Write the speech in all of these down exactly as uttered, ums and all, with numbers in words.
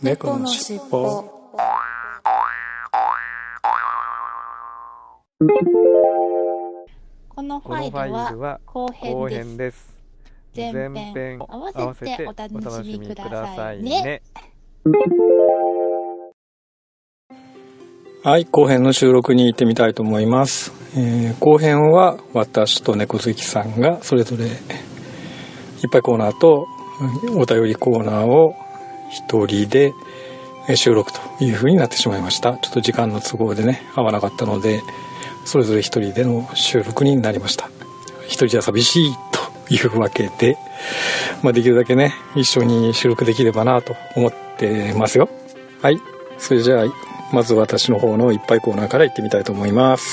猫のしっぽ。 このファイルは後編です。前編合わせてお楽しみくださいね。 はい、後編の収録に行ってみたいと思います。えー、後編は私と猫好きさんがそれぞれいっぱいコーナーとお便りコーナーを一人で収録という風になってしまいました。ちょっと時間の都合でね合わなかったので、それぞれ一人での収録になりました。一人じゃ寂しいというわけで、まあ、できるだけね一緒に収録できればなと思ってますよ。はい、それじゃあまず私の方のいっぱいコーナーから行ってみたいと思います。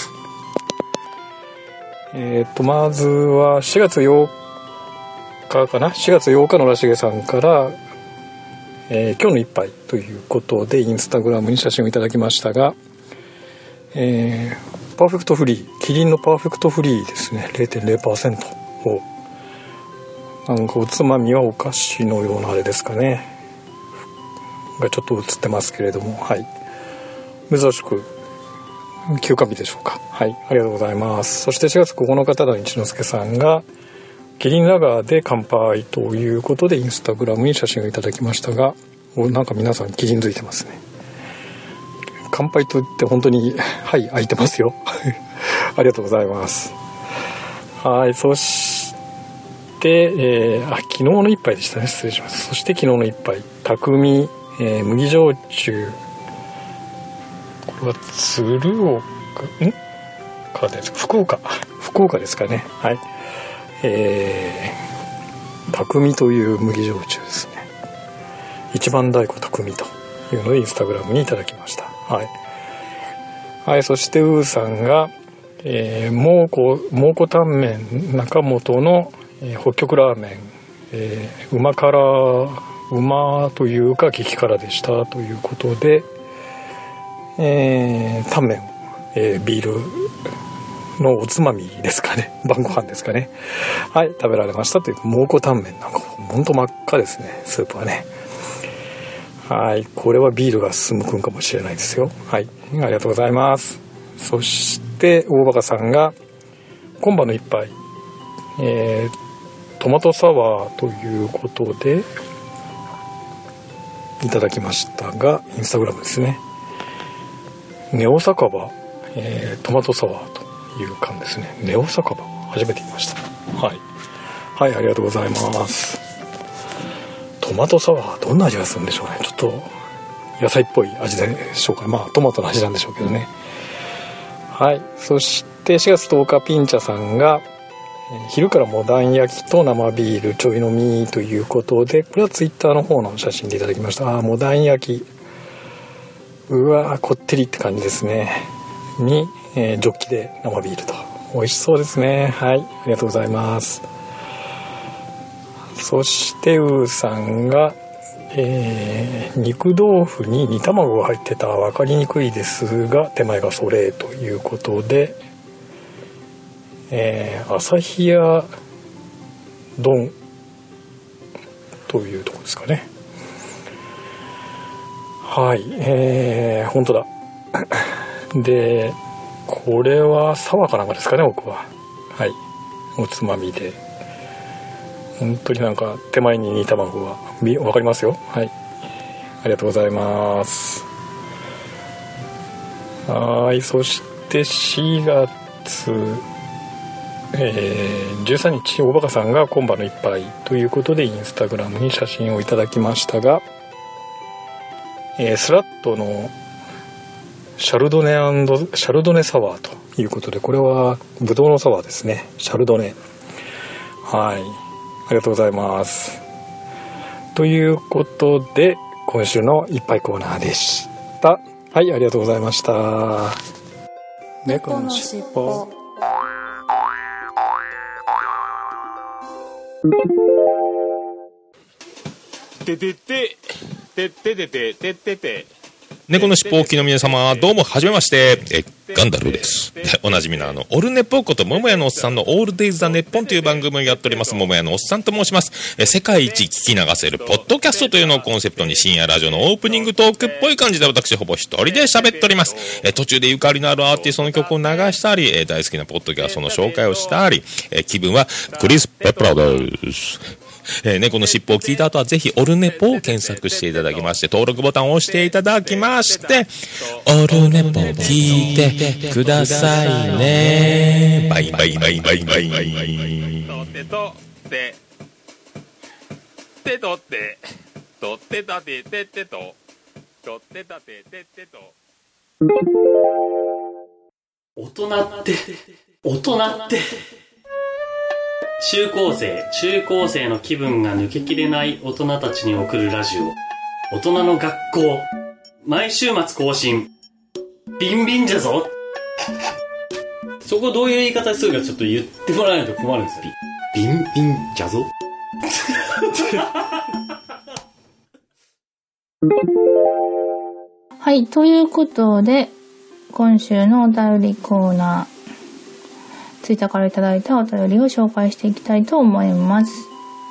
えっとまずはしがつようかかな、しがつようかのらしげさんから、えー、今日の一杯ということでインスタグラムに写真をいただきましたが、えー、パーフェクトフリー、キリンのパーフェクトフリーですね。 れいてんれいパーセント をなんかおつまみはお菓子のようなあれですかねがちょっと映ってますけれども、はい、珍しく休館日でしょうか。はい、ありがとうございます。そしてしがつここのかただ一之輔さんがキリンラガーで乾杯ということでインスタグラムに写真をいただきましたが、なんか皆さんキリンづいてますね。乾杯と言って本当にはい開いてますよありがとうございます。はい、そして、えー、あ昨日の一杯でしたね、失礼します。そして昨日の一杯匠、えー、麦焼酎、これは鶴岡んかです福岡福岡ですかね。はい、えー、匠という麦焼酎ですね。一番太鼓匠というのでインスタグラムにいただきました。はい、はい、そしてウーさんが、えー、蒙古蒙古タンメン中本の、えー、北極ラーメン、えー、うま辛うまというか激辛でしたということで、えー、タンメン、えー、ビールのおつまみですかね、晩ご飯ですかね。はい、食べられましたという蒙古タンメン、なんかほんと真っ赤ですね、スープはね。はい、これはビールが進むくんかもしれないですよ。はい、ありがとうございます。そして大バカさんが今晩の一杯、えー、トマトサワーということでいただきましたが、インスタグラムですね。ネオ酒場、えー、トマトサワーという缶ですね。ネオ酒場初めて見ました。はい、はい、ありがとうございます。トマトサワーどんな味がするんでしょうね。ちょっと野菜っぽい味でしょうか。まあトマトの味なんでしょうけどね。はい、そしてしがつとおかピンチャさんが昼からモダン焼きと生ビールちょい飲みということで、これはツイッターの方の写真でいただきました。あ、モダン焼き、うわーこってりって感じですね。に、えー、ジョッキで生ビールと美味しそうですね。はい、ありがとうございます。そしてウーさんが、えー、肉豆腐に煮卵が入ってた、分かりにくいですが手前がそれということで、えー、朝冷や丼というところですかね。はい、えー、本当だでこれはサワーかなんかですかね、僕は。はい、おつまみで本当になんか手前に煮卵が分かりますよ。はい、ありがとうございます。はい、そしてしがつ、えー、じゅうさんにち大バカさんが今晩の一杯ということでインスタグラムに写真をいただきましたが、えー、スラットのシャルドネ&シャルドネサワーということで、これはブドウのサワーですね、シャルドネ。はい、ありがとうございます。ということで今週のいっぱいコーナーでした。はい、ありがとうございました。猫のしっぽ。 てててててててててて猫のしっぽお聞きの皆様、どうもはじめまして、えガンダルです。でおなじみのあのオルネポこと桃屋のおっさんのオールデイズ・ザ・ネッポンという番組をやっております桃屋のおっさんと申します。え世界一聞き流せるポッドキャストというのをコンセプトに深夜ラジオのオープニングトークっぽい感じで私ほぼ一人で喋っております。え途中でゆかりのあるアーティストの曲を流したり、え大好きなポッドキャストの紹介をしたり、え気分はクリス・ペプラです。えー、猫のしっぽを聞いた後はぜひオルネポを検索していただきまして登録ボタンを押していただきましてオルネポ聞いてくださいね。バイバイバイバイバイバイ。とってとっててとってとってたてててととってたてててと。 大人って大人って中高生、中高生の気分が抜けきれない大人たちに送るラジオ。大人の学校。毎週末更新。ビンビンじゃぞ。そこどういう言い方するかちょっと言ってもらわないと困るんですよ。ビンビンじゃぞ。 はい、ということで、今週のお便りコーナー。ツイッターからいただいたお便りを紹介していきたいと思います。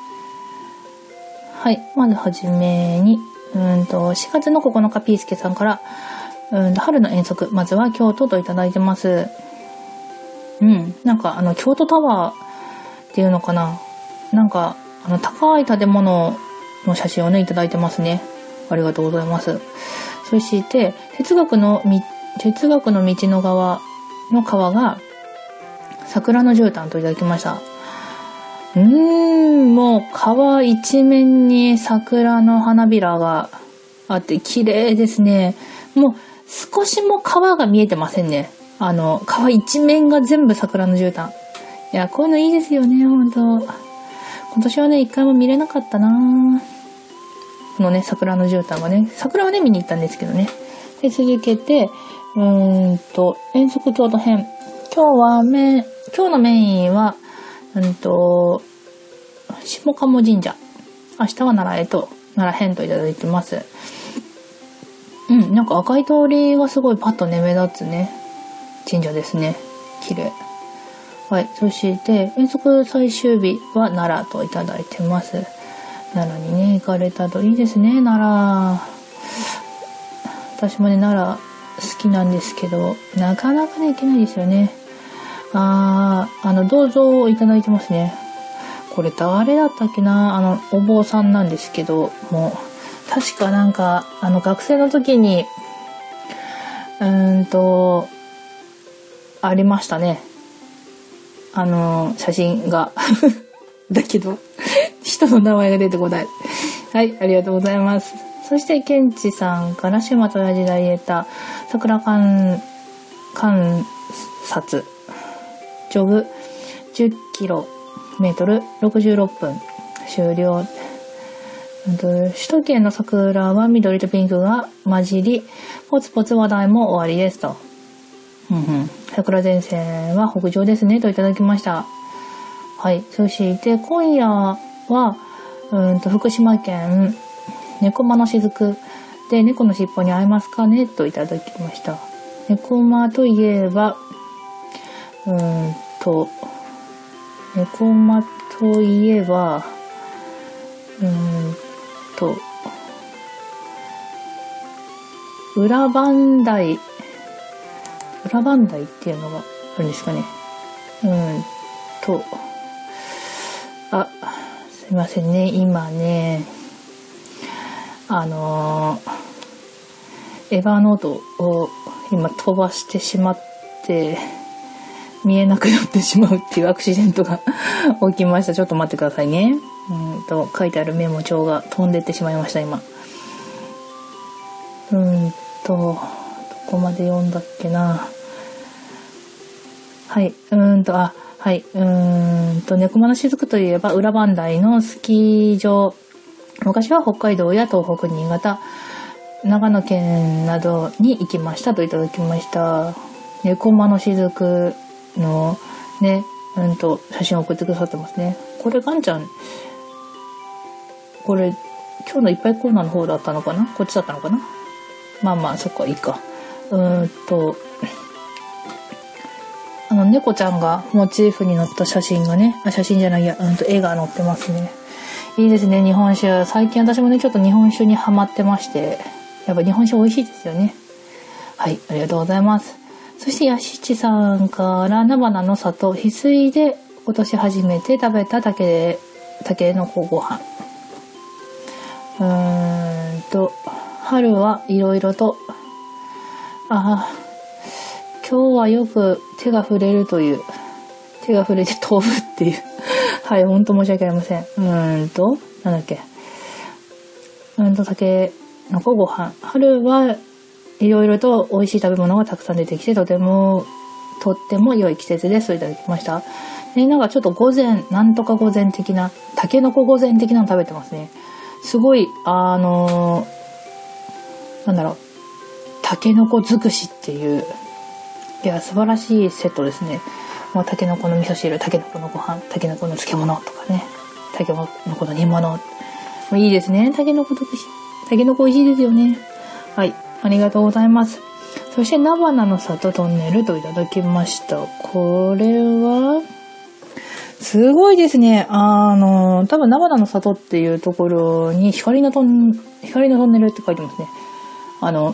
はい、まずはじめに、うんとしがつのここのかピースケさんから、うんと春の遠足、まずは京都といただいてます。うん、なんかあの京都タワーっていうのかな、なんかあの高い建物の写真をねいただいてますね。ありがとうございます。そして哲学のみ哲学の道の側の川が桜の絨毯といただきました。うーん、もう川一面に桜の花びらがあって綺麗ですね。もう少しも川が見えてませんね。あの川一面が全部桜の絨毯。いや、こういうのいいですよね、本当。今年はね一回も見れなかったなこのね桜の絨毯はね、桜はね見に行ったんですけどね。で続けてうーんと遠足京都編。今日はめ今日のメインは、うんと、下鴨神社。明日は奈良へと、奈良編といただいてます。うん、なんか赤い通りがすごいパッとね、目立つね、神社ですね。綺麗。はい、そして、遠足最終日は奈良といただいてます。奈良にね、行かれたといいですね、奈良。私もね、奈良好きなんですけど、なかなかね、行けないですよね。あー、あの銅像をいただいてますね。これ誰だったっけな、あのお坊さんなんですけど、もう確かなんかあの学生の時にうーんとありましたね、あの写真がだけど人の名前が出てこない。はい、ありがとうございます。そしてケンチさんから週末親父大得た桜観観察ジョグじゅっキロメートルろくじゅうろっぷん終了。首都圏の桜は緑とピンクが混じりポツポツ話題も終わりですと。うんうん、桜前線は北上ですねといただきました。はい、そして今夜はうんと福島県猫間の雫で猫のしっぽに会えますかねといただきました。猫間といえばうーんと猫間といえばうーんと裏磐梯裏磐梯っていうのがあるんですかね。うーんとあすいませんね、今ねあのー、エヴァノートを今飛ばしてしまって見えなくなってしまうっていうアクシデントが起きました。ちょっと待ってくださいね。うんと書いてあるメモ帳が飛んでってしまいました今。うんとどこまで読んだっけな。はい、うんとあはいうんと猫間の雫といえば裏磐梯のスキー場。昔は北海道や東北、新潟、長野県などに行きましたといただきました。猫間の雫のね、うんと写真を送ってくださってますね。これガンちゃん、これ今日のいっぱいコーナーの方だったのかな、こっちだったのかな。 まあまあそこはいいか。うーんとあの猫ちゃんがモチーフになった写真がね、あ写真じゃないや、うんと絵が載ってますね。いいですね、日本酒。最近私もねちょっと日本酒にハマってまして、やっぱ日本酒美味しいですよね。はい、ありがとうございます。そしてやしちさんから菜花の里翡翠で今年初めて食べたたけたけのこご飯。うーんと春はいろいろとあ今日はよく手が触れるという手が触れて飛ぶっていうはい、ほんと申し訳ありません。うーんとなんだっけうーんとたけのこご飯。春はいろいろと美味しい食べ物がたくさん出てきてとてもとっても良い季節ですといただきました。でなんかちょっと御膳なんとか御膳的なたけのこ御膳的なの食べてますね。すごいあのー、なんだろうたけのこ尽くしっていういや素晴らしいセットですね。もうたけのこの味噌汁、たけのこのご飯、たけのこの漬物とかね、たけのこの煮物もういいですね。たけのこ尽くし、たけのこ美味しいですよね。はい、ありがとうございます。そして菜花の里トンネルといただきました。これはすごいですね。あの多分菜花の里っていうところに光のトン光のトンネルって書いてますね。あの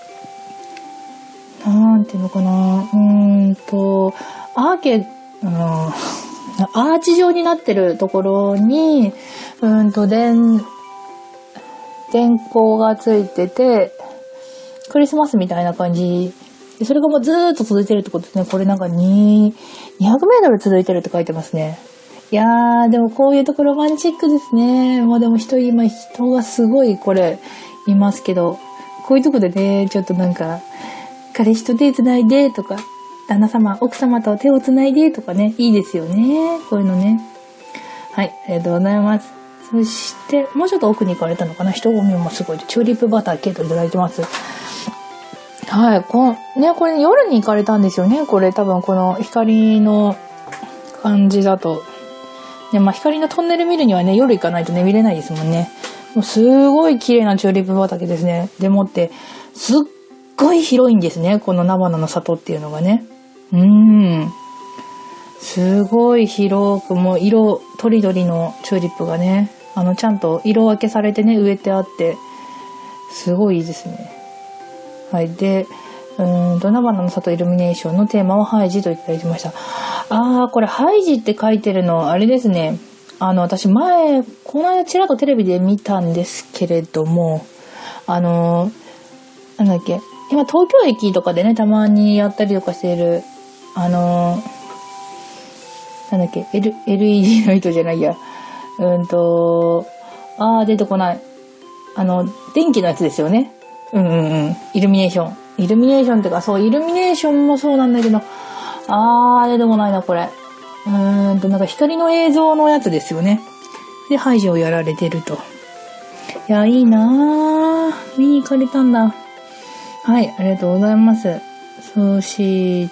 なんていうのかな、うーんとアーケード、うん、アーチ状になってるところにうーんと電電光がついててクリスマスみたいな感じで、それがもうずーっと続いてるってことですね。これなんかにひゃくメートル続いてるって書いてますね。いやーでもこういうところロマンチックですね。もうでも人今人がすごいこれいますけど、こういうとこでねちょっとなんか彼氏と手つないでとか旦那様奥様と手をつないでとかね、いいですよねこういうのね。はい、ありがとうございます。そしてもうちょっと奥に行かれたのかな、人混みもすごいチューリップ畑といただいてます。はい、こねこれ夜に行かれたんですよね。これ多分この光の感じだとね、まあ光のトンネル見るにはね夜行かないとね見れないですもんね。もうすごい綺麗なチューリップ畑ですね。でもってすっすごい広いんですね、この菜花の里っていうのがね。うーんすごい広く、もう色とりどりのチューリップがね、あのちゃんと色分けされてね植えてあってすごいいいですね。はい、でうーんと菜花の里イルミネーションのテーマはハイジといただきました。あーこれハイジって書いてるのあれですね、あの私前この間ちらっとテレビで見たんですけれども、あのなんだっけ今東京駅とかでねたまにやったりとかしているあのなんだっけ L、エルイーディー の糸じゃないやうんとあー出てこないあの電気のやつですよね。うんうんうんイルミネーションイルミネーションってかそうイルミネーションもそうなんだけどあー出てこないなこれ。うーんとなんか光の映像のやつですよね。でハイジをやられてると。いやいいなー見に行かれたんだ。はい、ありがとうございます。そして、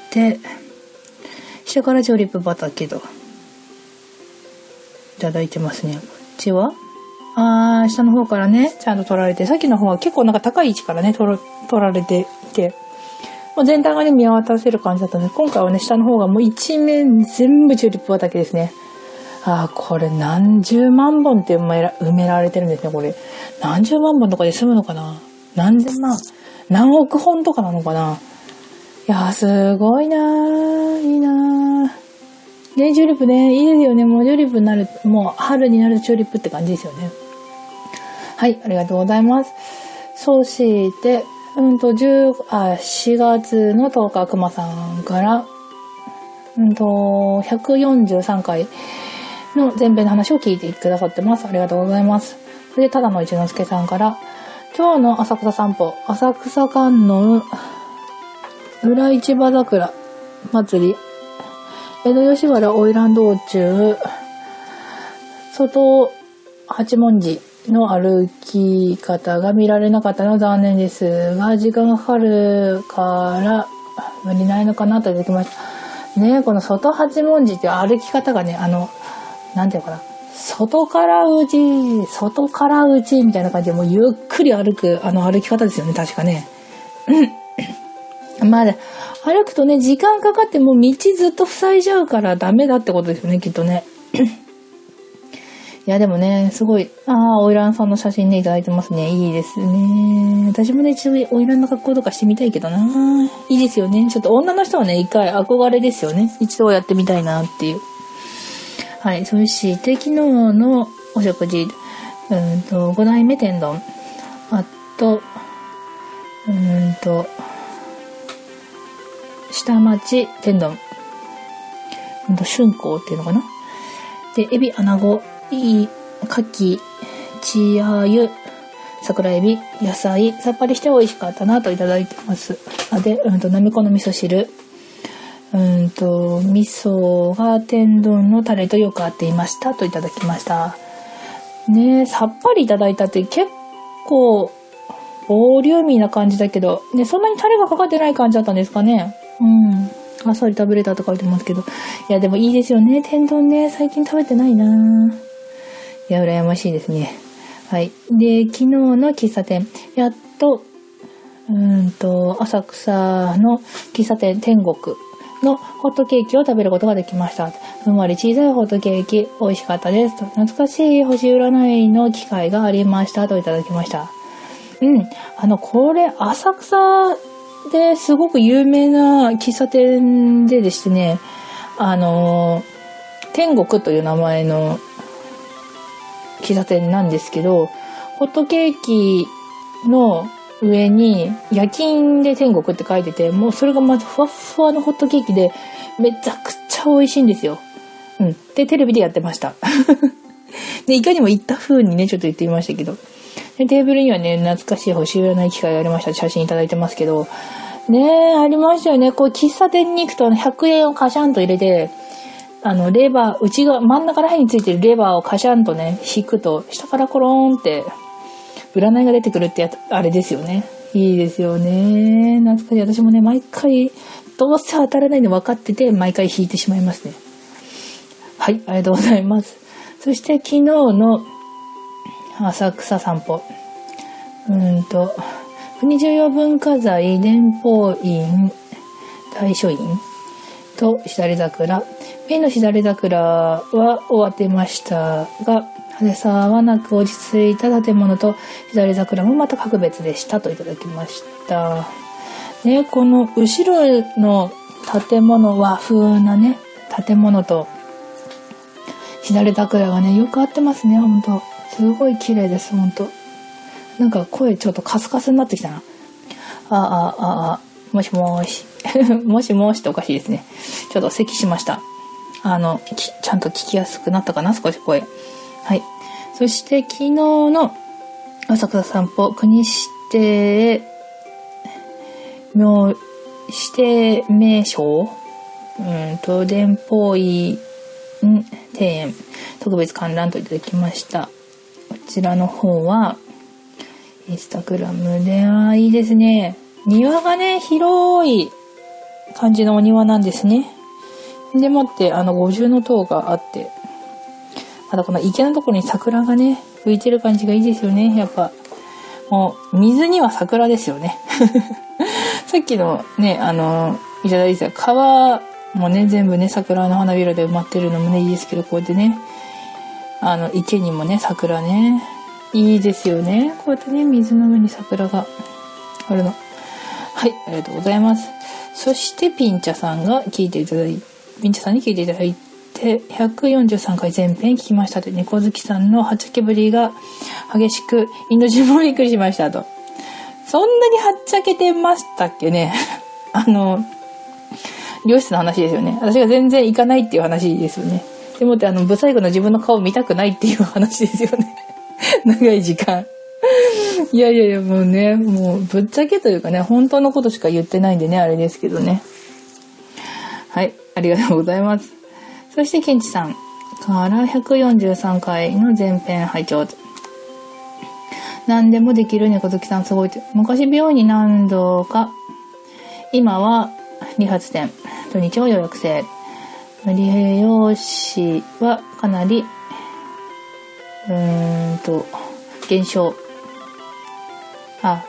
下からチューリップ畑といただいてますね。こっちはあー、下の方からね、ちゃんと取られて、さっきの方は結構なんか高い位置からね、取ら、取られていて、もう全体がね、見渡せる感じだったので、今回はね、下の方がもう一面全部チューリップ畑ですね。あー、これ何十万本って埋められてるんですね、これ。何十万本とかで済むのかな？何千万何億本とかなのかな。いやーすごいなー、いいなー。ねチューリップねいいですよね。もうチューリップになるもう春になるチューリップって感じですよね。はいありがとうございます。そしてうんと10あしがつのとおかくまさんからうんとひゃくよんじゅうさんかいの前編の話を聞いてくださってます。ありがとうございます。それでただの一之輔さんから今日の浅草散歩、浅草観音裏市場桜祭り、江戸吉原花魁道中、外八文字の歩き方が見られなかったのは残念ですが、時間がかかるから無理ないのかなといただきました。ねこの外八文字って歩き方がね、あの、なんていうのかな。外から内、外から内みたいな感じでもうゆっくり歩くあの歩き方ですよね、確かね。 まあ、歩くとね、時間かかってもう道ずっと塞いじゃうからダメだってことですよね、きっとね。いや、でもね、すごい、ああ、花魁さんの写真ね、いただいてますね。いいですね。私もね、一度花魁の格好とかしてみたいけどな。いいですよね。ちょっと女の人はね、一回憧れですよね。一度やってみたいなっていう。はい。そして、昨日のお食事、うんと、五代目天丼。あと、うんと、下町天丼。うんと、春光っていうのかな。で、エビ、アナゴ、いい、牡蠣、チアユ、桜エビ、野菜、さっぱりして美味しかったなといただいてます。あで、うんと、なめこの味噌汁。うんと、味噌が天丼のタレとよく合っていましたといただきました。ねえ、さっぱりいただいたって結構、ボリューミーな感じだけど、ね、そんなにタレがかかってない感じだったんですかね。うん。あっさり食べれたと書いてますけど。いや、でもいいですよね。天丼ね、最近食べてないな。いや、羨ましいですね。はい。で、昨日の喫茶店。やっと、うーんと、浅草の喫茶店天国のホットケーキを食べることができました。ふんわり小さいホットケーキ、美味しかったです。懐かしい星占いの機会がありましたといただきました。うん。あの、これ、浅草ですごく有名な喫茶店ででしてね、あの、天国という名前の喫茶店なんですけど、ホットケーキの上に夜勤で天国って書いてて、もうそれがまずふわっふわのホットケーキでめちゃくちゃ美味しいんですよ。うん。で、テレビでやってました。で、いかにも言った風にね、ちょっと言ってみましたけど。で、テーブルにはね、懐かしい星占い機会がありました。写真いただいてますけど。ねえ、ありましたよね。こう、喫茶店に行くとひゃくえんをカシャンと入れて、あの、レバー、内側、真ん中ら辺についてるレバーをカシャンとね、引くと、下からコローンって、占いが出てくるってやつ、あれですよね。いいですよね。懐かしい。私もね、毎回、どうせ当たらないの分かってて、毎回引いてしまいますね。はい、ありがとうございます。そして、昨日の浅草散歩。うーんと、国重要文化財伝法院大書院としだれ桜。メインのしだれ桜は終わってましたが、派手さはなく落ち着いた建物としだれ桜もまた格別でしたといただきました。ね、この後ろの建物和風なね、建物としだれ桜がね、よく合ってますね、ほんと。すごい綺麗です、ほんと。なんか声ちょっとカスカスになってきたな。ああ、ああ、もしもーし。もしもーしっておかしいですね。ちょっと咳しました。あの、ちゃんと聞きやすくなったかな、少し声。はい。そして昨日の浅草散歩、国指定、名、指定名称うんと、伝法院庭園、特別観覧といただきました。こちらの方は、インスタグラムで、ああ、いいですね。庭がね、広い感じのお庭なんですね。でもって、あの、五重塔があって、あとこの池のところに桜がね、浮いてる感じがいいですよね。やっぱ、もう、水には桜ですよね。さっきのね、あの、いただいてた川もね、全部ね、桜の花びらで埋まってるのもね、いいですけど、こうやってね、あの、池にもね、桜ね、いいですよね。こうやってね、水の上に桜があるの。はい、ありがとうございます。そして、ピンチャさんが聞いていただいて、ピンチャさんに聞いていただいて、ひゃくよんじゅうさんかい全編聞きましたと。猫好きさんのはっちゃけぶりが激しく、インド人もびっくりしましたと。そんなにはっちゃけてましたっけね。あの、漁師の話ですよね。私が全然行かないっていう話ですよね。でもって、あの、ブサイクの自分の顔見たくないっていう話ですよね。長い時間。いやいやいや、もうね、もうぶっちゃけというかね、本当のことしか言ってないんでね、あれですけどね。はい、ありがとうございます。そして、ケンチさんからひゃくよんじゅうさんかいの前編拝聴。何でもできる猫好きさんすごいって。昔美容に何度か、今は理髪店、土日は予約制。理容師はかなり、うーんと、減少。あ、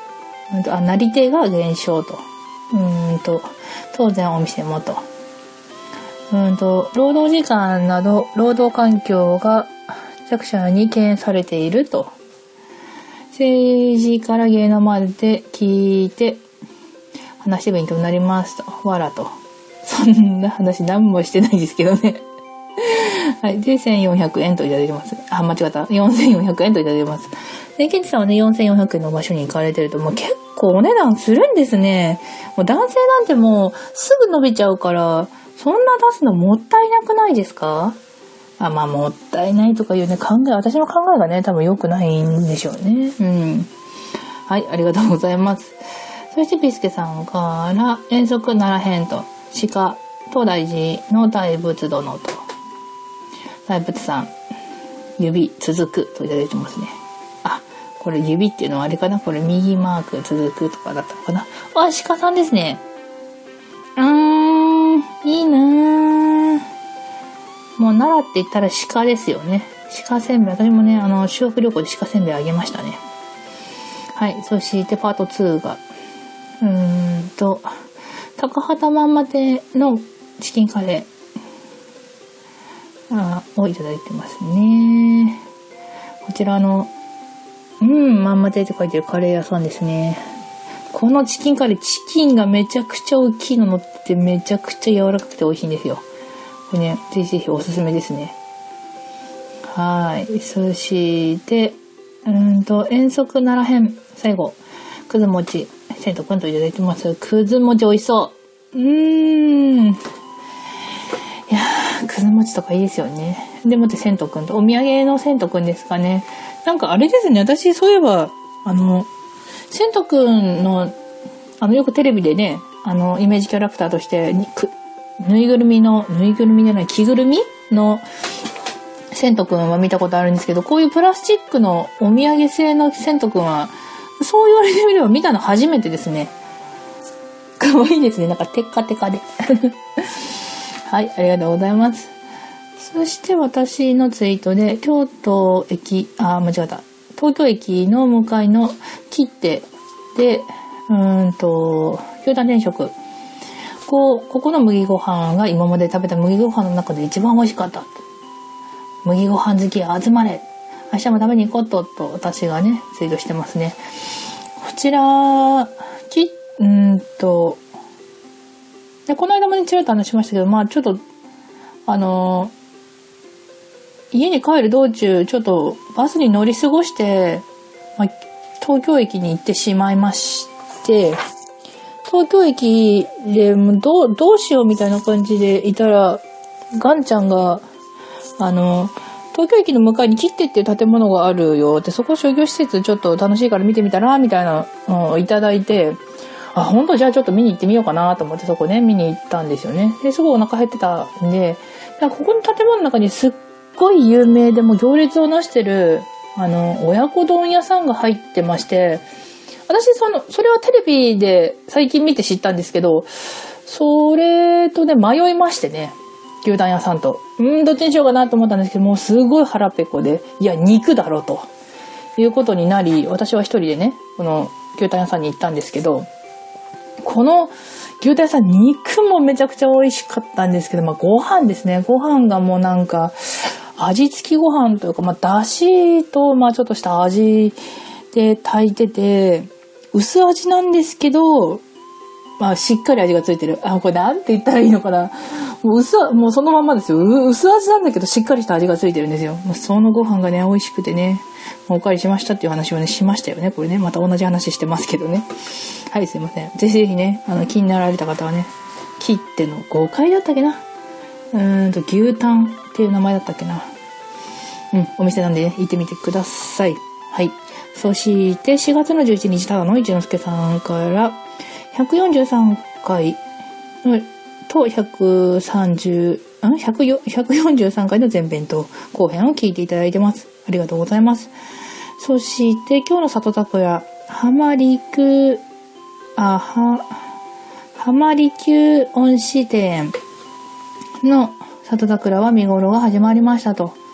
うんと、あ、なり手が減少と。うーんと、当然お店もと。うーんと、労働時間など、労働環境が弱者に敬遠されていると。政治から芸能まで聞いて、話して勉強になりますと。わらと。そんな話何もしてないですけどね。はい。で、せんよんひゃくえんといただいてます。あ、間違った。よんせんよんひゃくえんといただいてます。で、ケンチさんはね、よんせんよんひゃくえんの場所に行かれてると、もう結構お値段するんですね。もう男性なんてもうすぐ伸びちゃうから、そんな出すのもったいなくないですか？あ、まあ、もったいないとかいうね、考え、私の考えがね、多分良くないんでしょうね。うん。はい、ありがとうございます。そして、ピスケさんから、遠足ならへんと、鹿、東大寺の大仏殿と、大仏さん、指続くといただいてますね。あ、これ指っていうのはあれかな？これ右マーク続くとかだったのかな？あ、鹿さんですね。うーん、いいなぁ。もう奈良って言ったら鹿ですよね。鹿せんべい。私もね、あの、修学旅行で鹿せんべいあげましたね。はい。そしてパートツーが、うーんと、高畑まんま亭のチキンカレーあをいただいてますね。こちらの、うん、まんま亭って書いてるカレー屋さんですね。このチキンカレー、チキンがめちゃくちゃ大きいの乗ってめちゃくちゃ柔らかくて美味しいんですよ。これね、ぜひぜひおすすめですね。はい。そして、うーんと、遠足ならへん。最後、くず餅。せんとくんといただいてます。くず餅美味しそう。うーん。いやー、くず餅とかいいですよね。でもってせんとくんと、お土産のせんとくんですかね。なんかあれですね、私そういえば、あの、せんとくんの、あの、よくテレビでね、あの、イメージキャラクターとして、にくぬいぐるみの、ぬいぐるみじゃない、着ぐるみの、せんとくんは見たことあるんですけど、こういうプラスチックのお土産製のせんとくんは、そう言われてみれば見たの初めてですね。かわいいですね。なんかテッカテカで。はい、ありがとうございます。そして私のツイートで、京都駅、あ、間違った。東京駅の向かいの切手で、うーんと、牛タン定食。こう、ここの麦ご飯が今まで食べた麦ご飯の中で一番美味しかった。麦ご飯好き集まれ。明日も食べに行こうと、と私がね、ツイートしてますね。こちら、き、うーんと、で、この間もね、ちらっと話しましたけど、まあちょっと、あのー、家に帰る道中、ちょっとバスに乗り過ごして、まあ、東京駅に行ってしまいまして、東京駅でどう、どうしようみたいな感じでいたら、ガンちゃんが、あの、東京駅の向かいに切手っていう建物があるよって、そこ商業施設ちょっと楽しいから見てみたらみたいなのをいただいて、あ、本当じゃあちょっと見に行ってみようかなと思ってそこね、見に行ったんですよね。で、すごいお腹減ってたんで、ここの建物の中にすっごい有名でも行列をなしてる、あの、親子丼屋さんが入ってまして、私、その、それはテレビで最近見て知ったんですけど、それとね、迷いましてね。牛タン屋さんと。うん、どっちにしようかなと思ったんですけど、もうすごい腹ペコで、いや、肉だろうと。いうことになり、私は一人でね、この牛タン屋さんに行ったんですけど、この牛タン屋さん、肉もめちゃくちゃ美味しかったんですけど、まあご飯ですね。ご飯がもうなんか、味付きご飯というか、まあだしと、まあちょっとした味で炊いてて、薄味なんですけど、まあ、しっかり味がついてる。あ、これなんて言ったらいいのかな。もう薄、もうそのまんまですよ。薄味なんだけど、しっかりした味がついてるんですよ。もうそのご飯がね、美味しくてね、お借りしましたっていう話をね、しましたよね。これね、また同じ話してますけどね。はい、すいません。ぜひぜひね、あの、気になられた方はね、切手のごかいだったっけな。うーんと、牛タンっていう名前だったっけな。うん、お店なんでね、行ってみてください。はい。そして、しがつのじゅういちにち、ただの一之輔さんから、ひゃくよんじゅうさんかいとひゃくさんじゅう、ん 100, ひゃくよんじゅうさんかいの前編と後編を聞いていただいてます。ありがとうございます。そして、今日の里桜、浜陸、あ、は、浜離宮恩賜庭園の里桜は見頃が始まりましたと。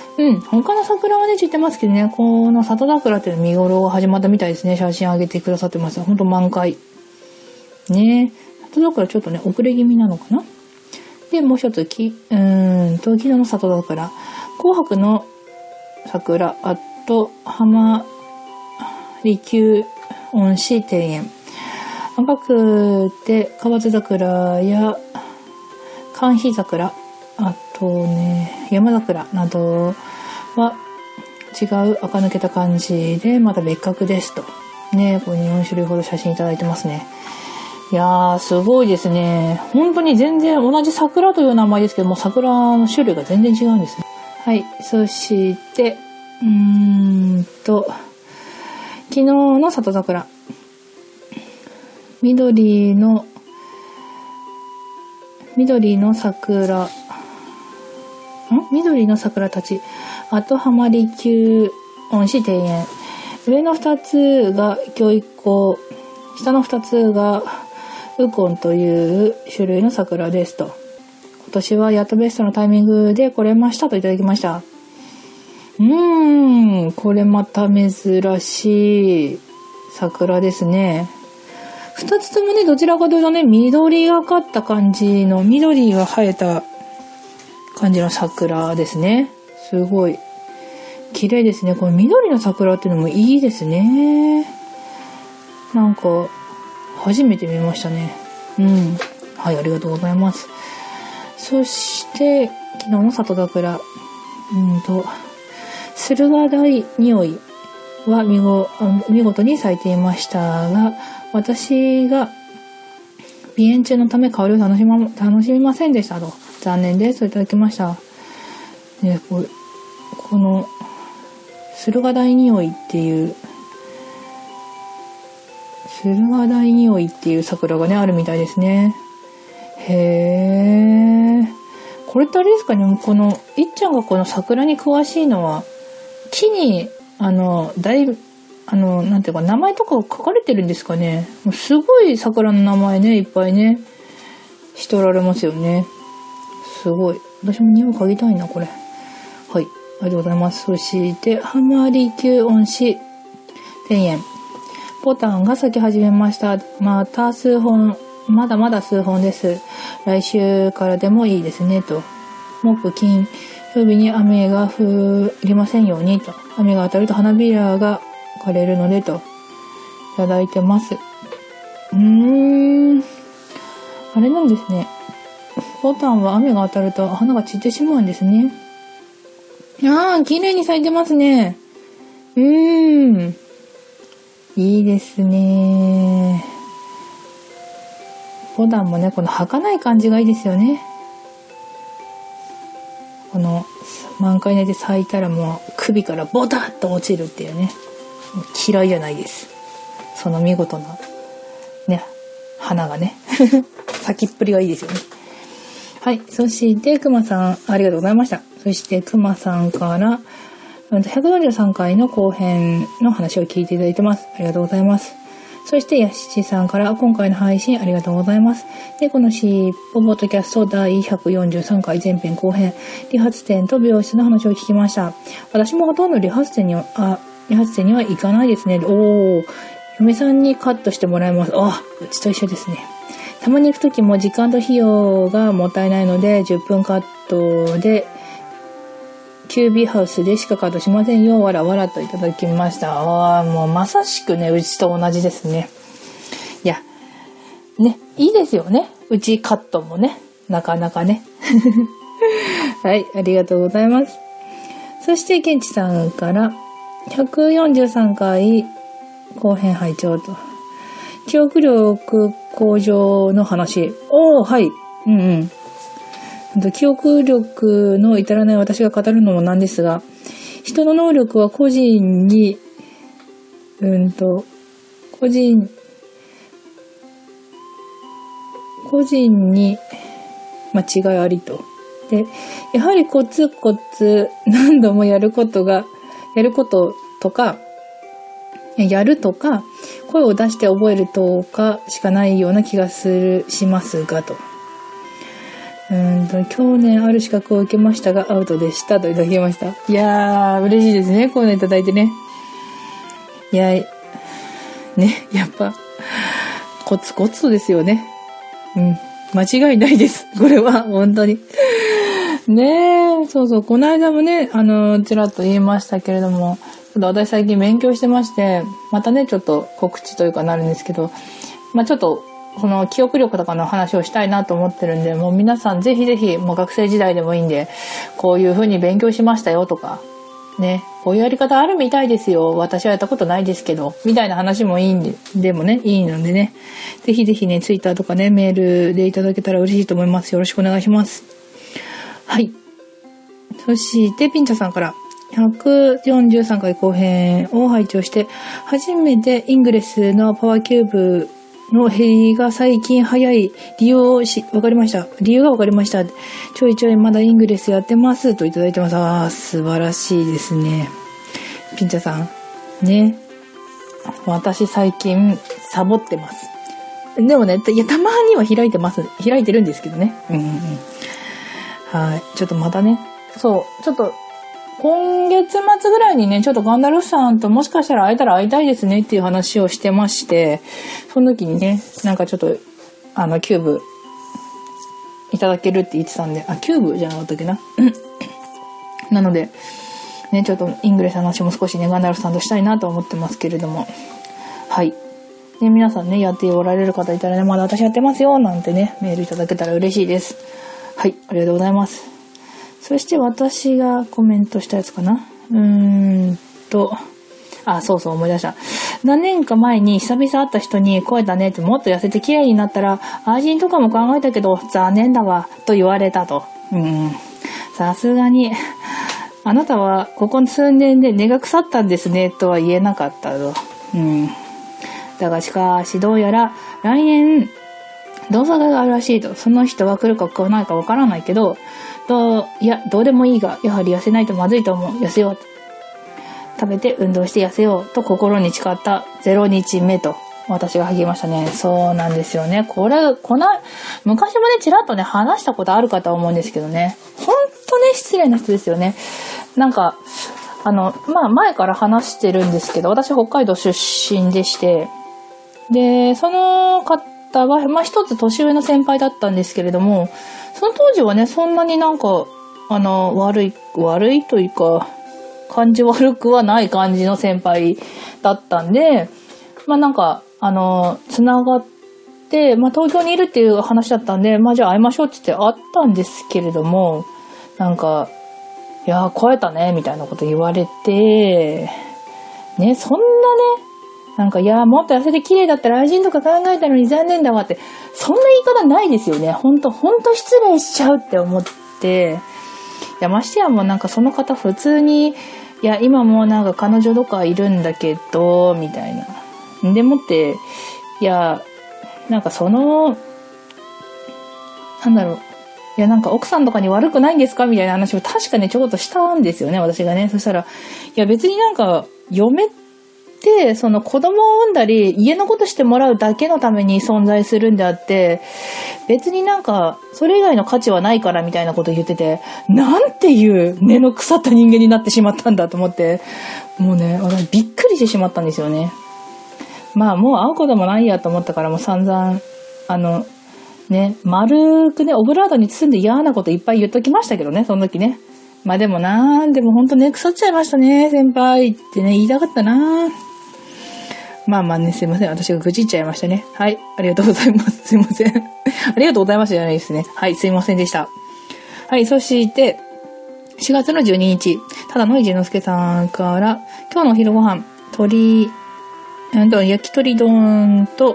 うん。他の桜はね、知ってますけどね、この里桜っていうの見頃が始まったみたいですね。写真上げてくださってます。ほんと満開。ね。里桜ちょっとね、遅れ気味なのかな。で、もう一つ、き、うーんと、昨日の里桜。紅白の桜、あと、浜離宮恩賜庭園。赤くて、河津桜や、寒肥桜、あとね、山桜などは違う垢抜けた感じで、また別格ですと。ね、これによん種類ほど写真いただいてますね。いやー、すごいですね。本当に全然同じ桜という名前ですけども、桜の種類が全然違うんですね。はい。そして、うーんと、昨日の里桜。緑の、緑の桜、ん緑の桜たち。あと、浜離宮恩賜庭園。上の二つが教育校、下の二つがウコンという種類の桜ですと。今年はやっとベストのタイミングで来れましたといただきました。うーん、これまた珍しい桜ですね。二つともね、どちらかというとね、緑がかった感じの、緑が生えた感じの桜ですね。すごい綺麗ですね。この緑の桜っていうのもいいですね。なんか初めて見ましたね。うん。はい、ありがとうございます。そして昨日の里桜、うんと駿河台匂いは見ご見事に咲いていましたが、私が鼻炎中のため香りを楽しま楽しみませんでしたと。残念ですといただきました。ね、こ, この駿河台匂いっていう駿河台匂いっていう桜がねあるみたいですね。へー。これってあれですかね、このいっちゃんがこの桜に詳しいのは木にあのだいぶあのなんていうか名前とか書かれてるんですかね。すごい桜の名前ねいっぱいねしておられますよね。すごい。私も匂い嗅ぎたいなこれ。はい、ありがとうございます。そして浜離宮恩賜庭園。ボタンが咲き始めました。また数本、まだまだ数本です。来週からでもいいですねと。木金曜日に雨が降りませんようにと。雨が当たると花びらが枯れるのでといただいてます。うーん、あれなんですね。ボタンは雨が当たると花が散ってしまうんですね。あー、綺麗に咲いてますね。うーん、いいですね。ボタンもね、この儚い感じがいいですよね。この満開で咲いたらもう首からボタッと落ちるっていうね、嫌いじゃないです。その見事なね花がね咲きっぷりがいいですよね。はい。そしてくまさんありがとうございました。そしてくまさんからひゃくよんじゅうさんかいの後編の話を聞いていただいてます。ありがとうございます。そしてやしちさんから今回の配信ありがとうございます。で、このしっぽポッドキャストだいひゃくよんじゅうさんかい前編後編、理髪店と美容室の話を聞きました。私もほとんど理髪店には、あ、理髪店には行かないですね。おー、嫁さんにカットしてもらいます。あ、うちと一緒ですね。たまに行くときも時間と費用がもったいないのでじゅっぷんカットでキュービーハウスでしかカットしませんよ。わらわらといただきました。ああ、もうまさしくね、うちと同じですね。いや、ね、いいですよね。うちカットもね、なかなかね。はい、ありがとうございます。そして、ケンチさんからひゃくよんじゅうさんかい後編拝聴と。記憶力向上の話。おー、はい。うんうん。記憶力の至らない私が語るのもなんですが、人の能力は個人に、うんと、個人、個人に間違いありと。で、やはりコツコツ何度もやることが、やることとか、やるとか、声を出して覚えるとかしかないような気がする、しますがと。 うんと、去年ある資格を受けましたが、アウトでしたといただきました。いやー、嬉しいですね。こういうのいただいてね。いや、ね、やっぱ、コツコツですよね。うん。間違いないです。これは、本当に。ねえ、そうそう、この間もね、あの、ちらっと言いましたけれども、ちょっと私最近勉強してまして、またね、ちょっと告知というかなるんですけど、まあちょっと、その記憶力とかの話をしたいなと思ってるんで、もう皆さんぜひぜひ、もう学生時代でもいいんで、こういう風に勉強しましたよとか、ね、こういうやり方あるみたいですよ。私はやったことないですけど、みたいな話もいいんで、でもね、いいのでね、ぜひぜひね、ツイッターとかね、メールでいただけたら嬉しいと思います。よろしくお願いします。はい。そして、ピンチャさんから、ひゃくよんじゅうさんかい後編を拝聴して、初めてイングレスのパワーキューブの減りが最近早い理由をし、わかりました。理由がわかりました。ちょいちょいまだイングレスやってますといただいてます。あー、素晴らしいですね。ピンチャさん。ね。私最近サボってます。でもね、いや、たまには開いてます。開いてるんですけどね。うんうんうん。はい。ちょっとまたね。そう。ちょっと、今月末ぐらいにね、ちょっとガンダルフさんともしかしたら会えたら会いたいですねっていう話をしてまして、その時にね、なんかちょっと、あの、キューブ、いただけるって言ってたんで、あ、キューブじゃなかったっけな。なので、ね、ちょっとイングレスの話も少しね、ガンダルフさんとしたいなと思ってますけれども、はい。ね、皆さんね、やっておられる方いたらね、まだ私やってますよ、なんてね、メールいただけたら嬉しいです。はい、ありがとうございます。そして私がコメントしたやつかな。うーんと、あ、そうそう思い出した。何年か前に久々会った人に声だねってもっと痩せて綺麗になったら愛人とかも考えたけど残念だわと言われたと。うん。さすがに、あなたはここ数年で根が腐ったんですねとは言えなかったと。うん。だがしかしどうやら来年同窓会があるらしいと。その人が来るか来ないかわからないけど、と、いや、どうでもいいが、やはり痩せないとまずいと思う。痩せよう。食べて運動して痩せようと心に誓ったゼロにちめと私が励ましたね。そうなんですよね。これ、この、昔もね、ちらっとね、話したことあるかと思うんですけどね。ほんとね、失礼な人ですよね。なんか、あの、まあ、前から話してるんですけど、私北海道出身でして、で、その方は、まあ、一つ年上の先輩だったんですけれども、その当時はね、そんなになんか、あの、悪い、悪いというか、感じ悪くはない感じの先輩だったんで、まあなんか、あの、つながって、まあ東京にいるっていう話だったんで、まあじゃあ会いましょうって言って会ったんですけれども、なんか、いやー、超えたね、みたいなこと言われて、ね、そんなね、なんか、いやー、もっと痩せて綺麗だったら愛人とか考えたのに残念だわって、そんな言い方ないですよね。ほんと、ほんと失礼しちゃうって思って、いや、ましてやもうなんかその方普通に、いや、今もうなんか彼女とかいるんだけど、みたいな。でもって、いや、なんかその、なんだろう。いや、なんか奥さんとかに悪くないんですかみたいな話を確かね、ちょこっとしたんですよね、私がね。そしたら、いや、別になんか、嫁って、その子供を産んだり、家のことしてもらうだけのために存在するんであって、別になんか、それ以外の価値はないからみたいなこと言ってて、なんていう根の腐った人間になってしまったんだと思って、もうね、私びっくりしてしまったんですよね。まあ、もう会うこともないやと思ったから、もう散々、あの、ね、丸くね、オブラートに包んで嫌なこといっぱい言っときましたけどね、その時ね。まあでもなー、でもほんとね、腐っちゃいましたね、先輩ってね、言いたかったなー。まあまあね、すいません。私が愚痴っちゃいましたね。はい。ありがとうございます。すいません。ありがとうございますじゃないですね。はい。すいませんでした。はい。そして、しがつのじゅうににち、ただのいじのすけさんから、今日のお昼ご飯、鶏、うんと、焼き鳥丼と、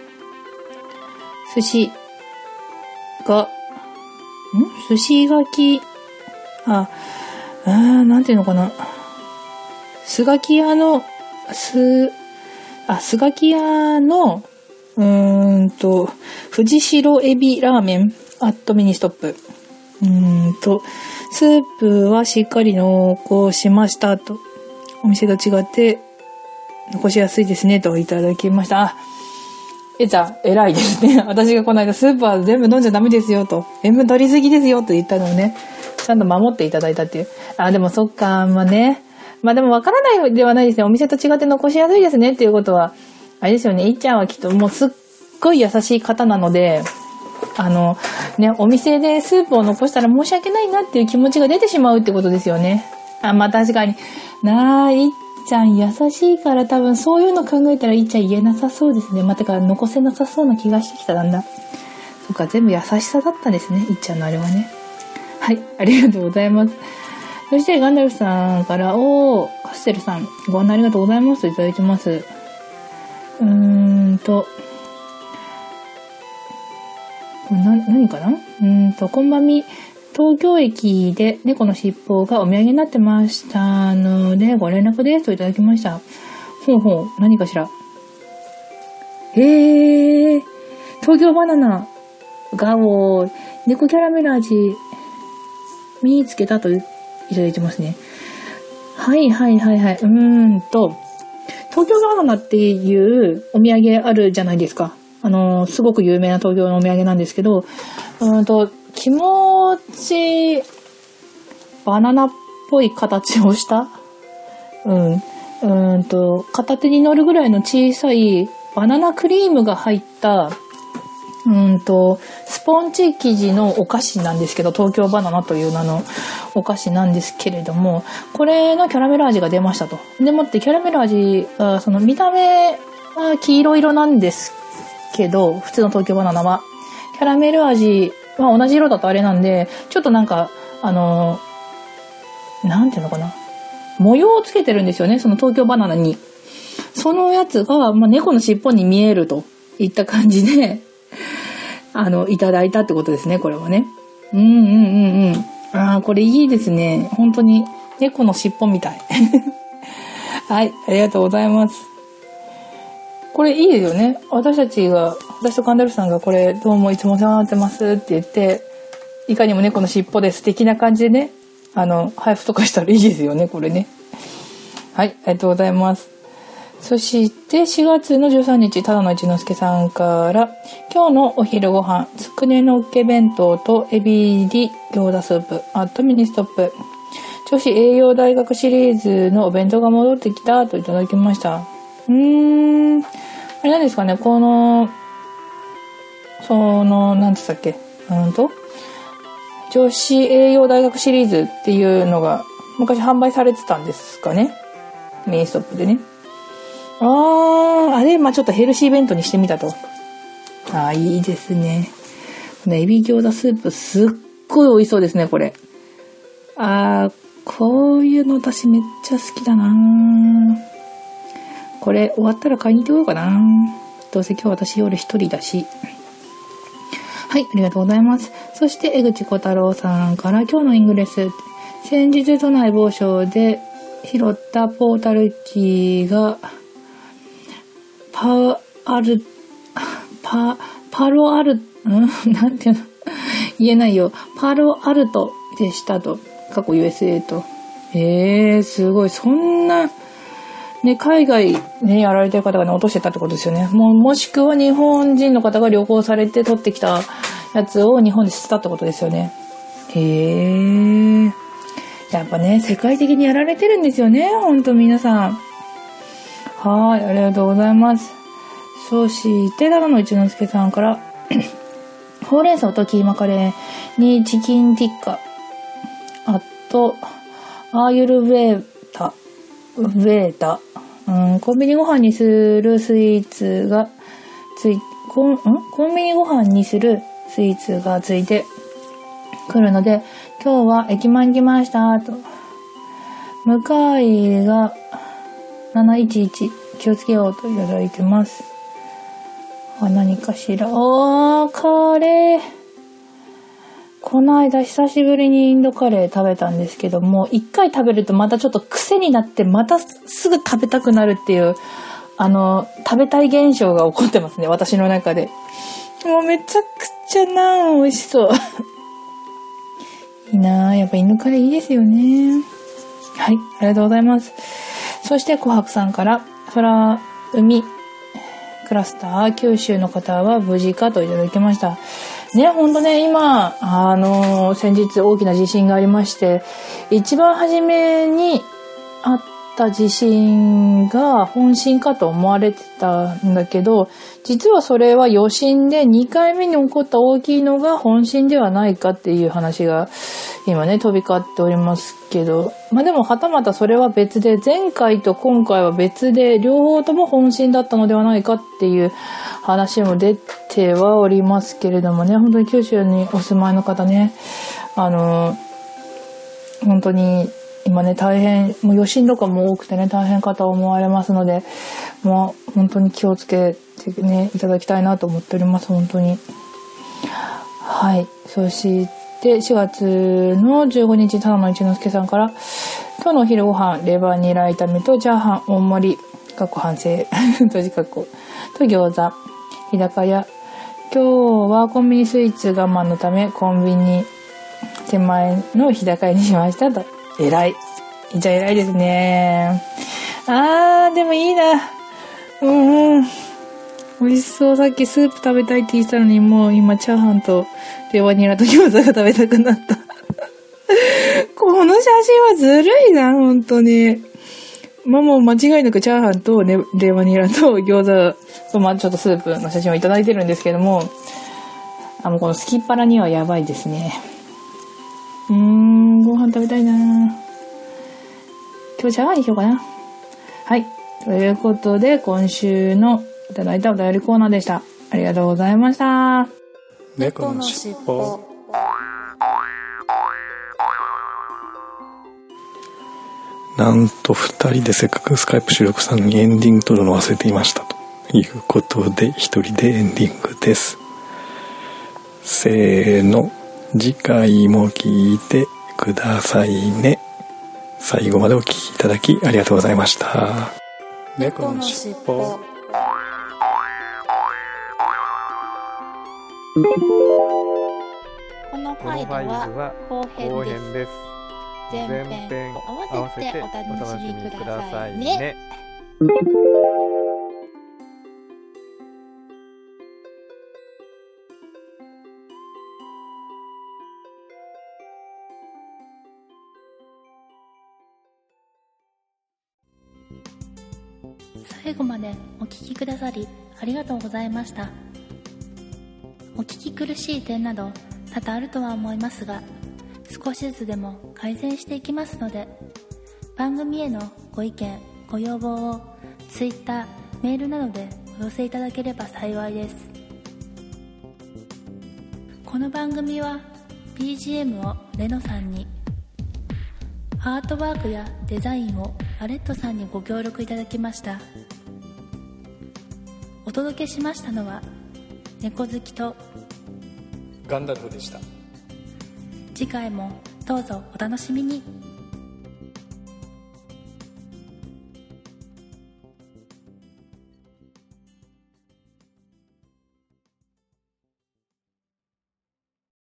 寿司が、ん寿司がき、あ、あー、なんていうのかな。すがき屋の、す、あ、すがき屋の、うーんと、富士白エビラーメン、アットミニストップ。うーんと、スープはしっかり濃厚しましたと。お店と違って、残しやすいですね、といただきました。あ、 えちゃん、偉いですね。私がこの間スーパー全部飲んじゃダメですよと、塩分取りすぎですよと言ったのをね、ちゃんと守っていただいたっていう。あ、でもそっか、まあね。まあでもわからないではないですね。お店と違って残しやすいですねっていうことは、あれですよね。いっちゃんはきっともうすっごい優しい方なので、あの、ね、お店でスープを残したら申し訳ないなっていう気持ちが出てしまうってことですよね。あ、まあ確かに。なあ、いっちゃん優しいから多分そういうの考えたらいっちゃん言えなさそうですね。まあ、てか残せなさそうな気がしてきた、だんだん。そっか、全部優しさだったんですね。いっちゃんのあれはね。はい、ありがとうございます。そしてガンダルフさんから、おー、カステルさん、ご案内ありがとうございますといただいてます。うーんと、これな、何かなうーんと、こんばんみ、東京駅で猫の尻尾がお土産になってましたので、ご連絡ですといただきました。ほうほう、何かしら。へー、東京バナナがおー、猫キャラメル味、見つけたといただいてますね。はいはいはいはい。うーんと、東京バナナっていうお土産あるじゃないですか。あのー、すごく有名な東京のお土産なんですけど、うーんと、気持ち、バナナっぽい形をした、うん、うーんと、片手に乗るぐらいの小さいバナナクリームが入った、うんと、スポンジ生地のお菓子なんですけど、東京バナナという名のお菓子なんですけれども、これのキャラメル味が出ましたと。でもってキャラメル味は、その見た目は黄色色なんですけど、普通の東京バナナは。キャラメル味は同じ色だとあれなんで、ちょっとなんか、あの、なんていうのかな。模様をつけてるんですよね、その東京バナナに。そのやつが、まあ、猫の尻尾に見えるといった感じで、あの、いただいたってことですね、これはね。うんうんうんうん。ああ、これいいですね。本当に猫の尻尾みたい。はい、ありがとうございます。これいいですよね。私たちが、私とカンダルさんがこれどうもいつもお世話になってますって言って、いかにも猫の尻尾です的な感じでね、あの、配布とかしたらいいですよね、これね。はい、ありがとうございます。そしてしがつのじゅうさんにち、ただの一之輔さんから、今日のお昼ご飯、つくねのっけ弁当とエビ入り餃子スープ、あとミニストップ。女子栄養大学シリーズのお弁当が戻ってきたといただきました。うーん、あれ何ですかね、この、その、なんつったっけ、うんと、女子栄養大学シリーズっていうのが昔販売されてたんですかね。ミニストップでね。あー、あれ、まあ、ちょっとヘルシー弁当にしてみたと。あー、いいですね。このエビ餃子スープ、すっごい美味しそうですね、これ。あー、こういうの私めっちゃ好きだな。これ、終わったら買いに行ってこようかな。どうせ今日私夜一人だし。はい、ありがとうございます。そして、江口小太郎さんから、今日のイングレス。先日都内某所で拾ったポータルキーが、パアル、パ、パロアル、んなんていうの言えないよ。パロアルトでしたと。過去 ユーエスエー と。えー、すごい。そんな、ね、海外ね、やられてる方がね、落としてたってことですよね。もう、もしくは日本人の方が旅行されて取ってきたやつを日本で捨てたってことですよね。へー。やっぱね、世界的にやられてるんですよね。ほんと皆さん。はい、ありがとうございます。そして、長野一之輔さんから、ほうれん草とキーマカレーにチキンティッカ、あと、アーユルベータ、ウベータ、うん、コンビニご飯にするスイーツがつい、コン、んコンビニご飯にするスイーツがついてくるので、今日は駅前に来ました、と。向かいが、なないちいち気をつけようといただいてます。あ、何かしら。おー、カレー。この間久しぶりにインドカレー食べたんですけども、一回食べるとまたちょっと癖になってまたすぐ食べたくなるっていう、あの、食べたい現象が起こってますね、私の中で。もうめちゃくちゃな美味しそう。いいなぁ。やっぱインドカレーいいですよね。はい、ありがとうございます。そして、琥珀さんから、空、海、 クラスター、九州の方は無事かといただきました。ね、ほんとね、今、あのー、先日大きな地震がありまして、一番初めにあった地震が本震かと思われてたんだけど、実はそれは余震でにかいめに起こった大きいのが本震ではないかっていう話が今ね、飛び交っておりますけど、まあでもはたまたそれは別で、前回と今回は別で、両方とも本震だったのではないかっていう話も出てはおりますけれどもね、本当に九州にお住まいの方ね、あの、本当に今ね、大変、もう余震とかも多くてね、大変かと思われますので、もう本当に気をつけてね、いただきたいなと思っております、本当に。はい。そして、しがつのじゅうごにち、ただの一之輔さんから、今日のお昼ご飯、レバーニラ炒めとチャーハン、大盛り、かっこ反省、閉じかっこ、と餃子、日高屋。今日はコンビニスイーツ我慢のため、コンビニ手前の日高屋にしましたと。偉い。じゃあ偉いですね。あー、でもいいな。うんうん。美味しそう。さっきスープ食べたいって言ってたのに、もう今チャーハンとレバニラと餃子が食べたくなった。この写真はずるいな、本当に。まあもう間違いなくチャーハンとレレバニラと餃子と、まあちょっとスープの写真をいただいてるんですけども、あ、もうこのすきっ腹にはやばいですね。うーん、ご飯食べたいな。今日チャーハンにしようかな。はい。ということで、今週のいただいたお便りコーナーでした。ありがとうございました。 猫のしっぽ。なんと二人でせっかくスカイプ収録さんにエンディング撮るの忘れていましたということで、一人でエンディングです。せーの。次回も聞いてくださいね。最後までお聞きいただきありがとうございました。猫のしっぽ。 このファイルは後編です。前編を合わせてお楽しみくださいね。 最後までお聞きくださりありがとうございました。お聞き苦しい点など多々あるとは思いますが、少しずつでも改善していきますので、番組へのご意見ご要望を Twitter、メールなどでお寄せいただければ幸いです。この番組は ビージーエム をレノさんに、アートワークやデザインをアレットさんにご協力いただきました。お届けしましたのは猫好きとガンダルフでした。 次回もどうぞお楽しみに。